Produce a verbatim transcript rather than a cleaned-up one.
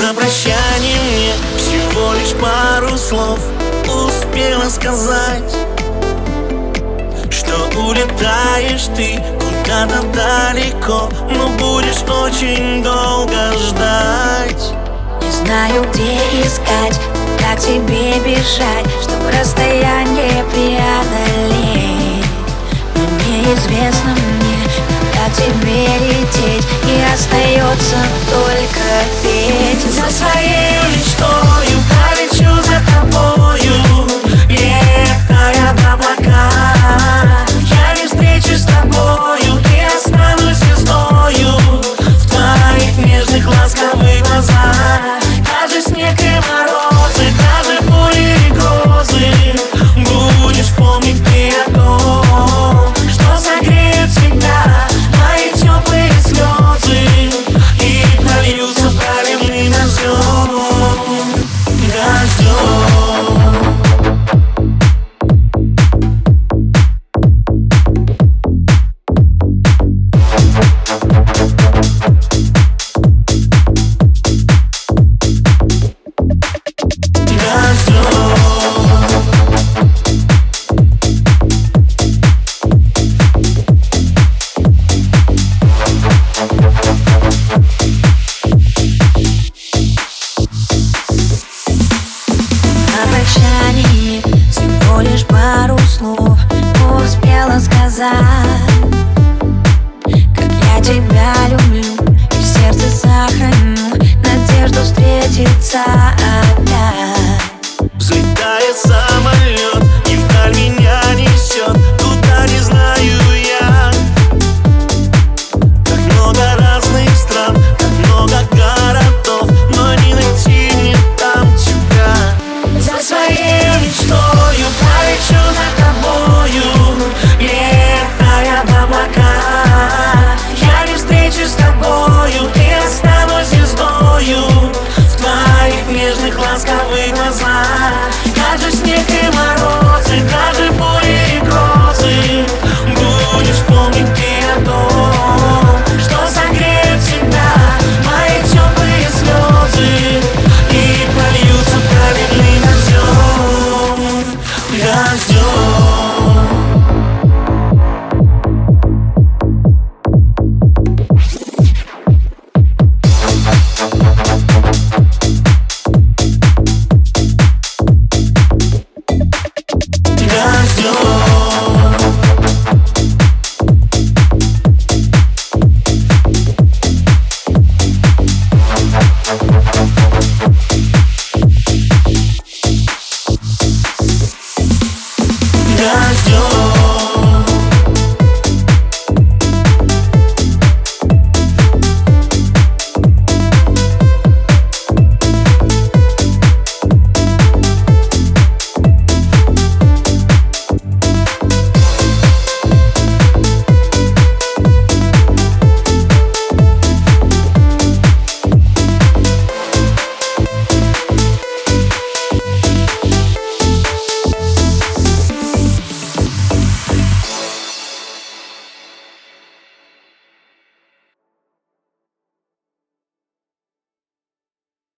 На прощание мне всего лишь пару слов успела сказать, что улетаешь ты куда-то далеко, но будешь очень долго ждать. Не знаю, где искать, как тебе бежать, чтобы расстояние преодолеть. Но неизвестно мне, как тебе лететь, и остается только петь. За своей мечтою полечу за тобою, летая в облаках. Я не встречусь с тобою, ты останусь звездою в твоих нежных ласковых глазах. Даже снег и морозы, даже бури и грозы, будешь помнить ты о том, что согреет всегда мои теплые слезы и прольются правильным дождем, дождем. Всего лишь пару слов успела сказать, как я тебя люблю и в сердце сохраню надежду встретиться опять. Взлетает самолет.